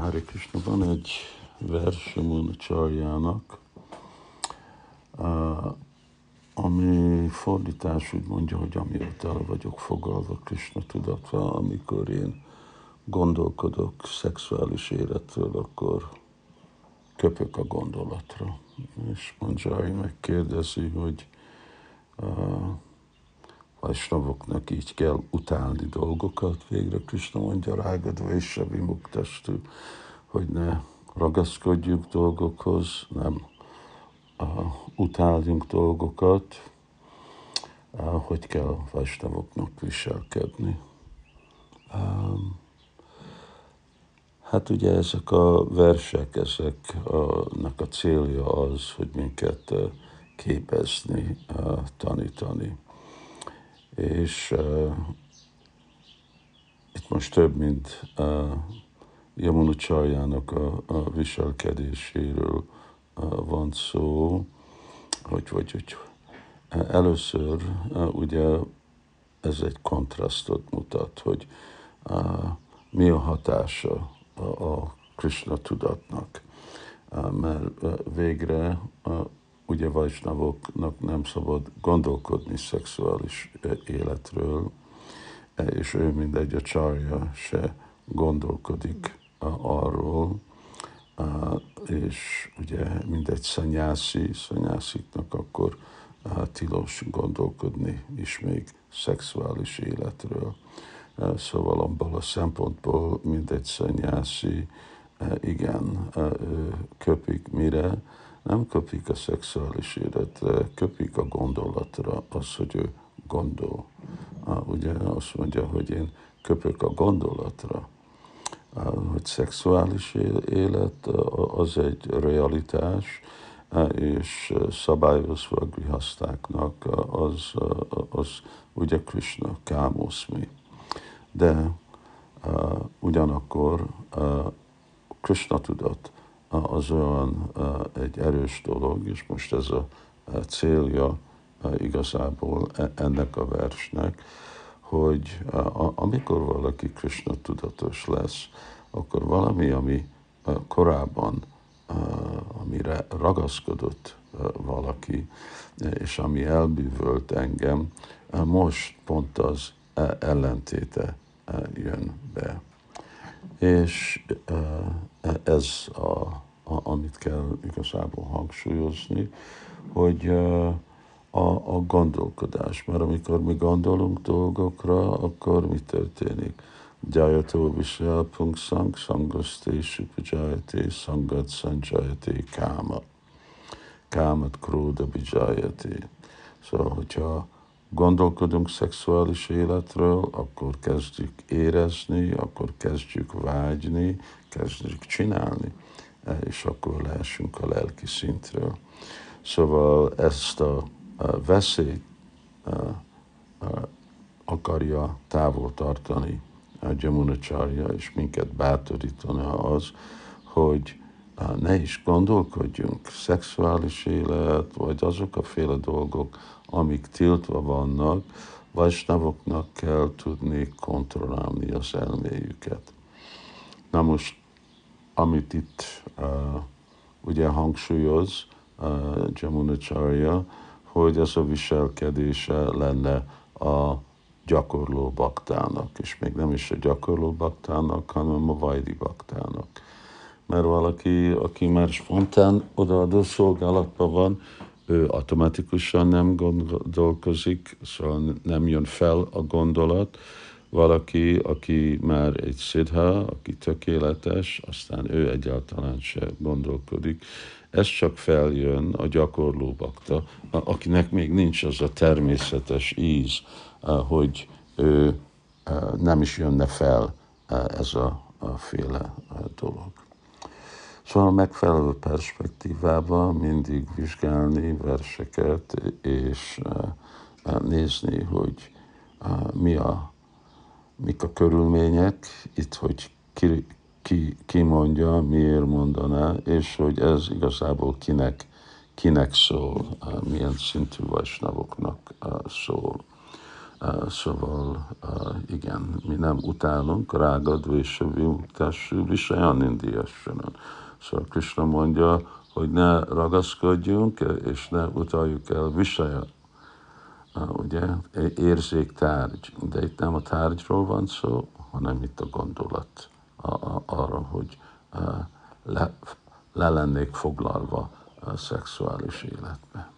Hare Krishna, van egy vers Yamuna Charjának, ami fordítás úgy mondja, hogy amióta el vagyok foglalva Krishna tudatva, amikor én gondolkodok szexuális életről, akkor köpök a gondolatra. És Manjari megkérdezi, hogy Vaisnavoknak így kell utálni dolgokat. Végre Krishna mondja rágadva és Savimuktastu, hogy ne ragaszkodjunk dolgokhoz, nem utáljunk dolgokat, hogy kell Vaisnavoknak viselkedni. Hát ugye ezek a versek, ezeknek a célja az, hogy minket képezni, tanítani. És itt most több, mint Yamuna Charjának a viselkedéséről van szó, hogy először ugye ez egy kontrasztot mutat, hogy mi a hatása a Krishna tudatnak, mert végre ugye Vaisnavoknak nem szabad gondolkodni szexuális életről, és ő mindegy a csarja se gondolkodik arról, és ugye mindegy szanyásziknak akkor tilos gondolkodni is még szexuális életről. Szóval abból a szempontból mindegy szanyászi, igen, köpik mire, nem köpik a szexuális életre, köpik a gondolatra, az, hogy ő gondol. Ugye azt mondja, hogy én köpök a gondolatra, hogy szexuális élet az egy realitás, és szabályozva a grihasztáknak az ugye Krishna, kámoszmi. De ugyanakkor Krishna tudat az olyan egy erős dolog, és most ez a célja igazából ennek a versnek, hogy amikor valaki Krishna tudatos lesz, akkor valami, ami korábban, amire ragaszkodott valaki, és ami elbűvölt engem, most pont az ellentéte jön be. És ez amit kell igazából hangsúlyozni, hogy a gondolkodás, mert amikor mi gondolunk dolgokra, akkor mi történik? Jayató Visaya Pungsang Sangaszté Supajayate Sangat Sanjayate Káma. Kámat Króda Bijayate. Szóval, hogyha gondolkodunk szexuális életről, akkor kezdjük érezni, akkor kezdjük vágyni, kezdjük csinálni, és akkor lehessünk a lelki szintről. Szóval ezt a veszélyt akarja távol tartani a Yamuna Charya, és minket bátorítani az, hogy ne is gondolkodjunk szexuális élet, vagy azok a féle dolgok, amik tiltva vannak, Vaisnavoknak kell tudni kontrollálni az elméjüket. Na most, amit itt ugye hangsúlyoz Yamuna Charya, hogy ez a viselkedése lenne a gyakorló baktának, és még nem is a gyakorló baktának, hanem a vajdi baktának. Mert valaki, aki már spontán odaadó szolgálatban van, ő automatikusan nem gondolkozik, szóval nem jön fel a gondolat. Valaki, aki már egy szidha, aki tökéletes, aztán ő egyáltalán se gondolkodik. Ez csak feljön a gyakorló bakta, akinek még nincs az a természetes íz, hogy ő nem is jönne fel ez a féle dolog. Szóval megfelelő perspektívában mindig vizsgálni verseket, és nézni, hogy mik a körülmények, itt, hogy ki mondja, miért mondaná, és hogy ez igazából kinek szól, milyen szintű vaisnavoknak szól. Szóval igen, mi nem utálunk rágad vésavimuktássú visayanindiyassanan. Szóval Krishna mondja, hogy ne ragaszkodjunk, és ne utaljuk el visaya, ugye, érzéktárgy. De itt nem a tárgyról van szó, hanem itt a gondolat arra, hogy le lennék foglalva a szexuális életbe.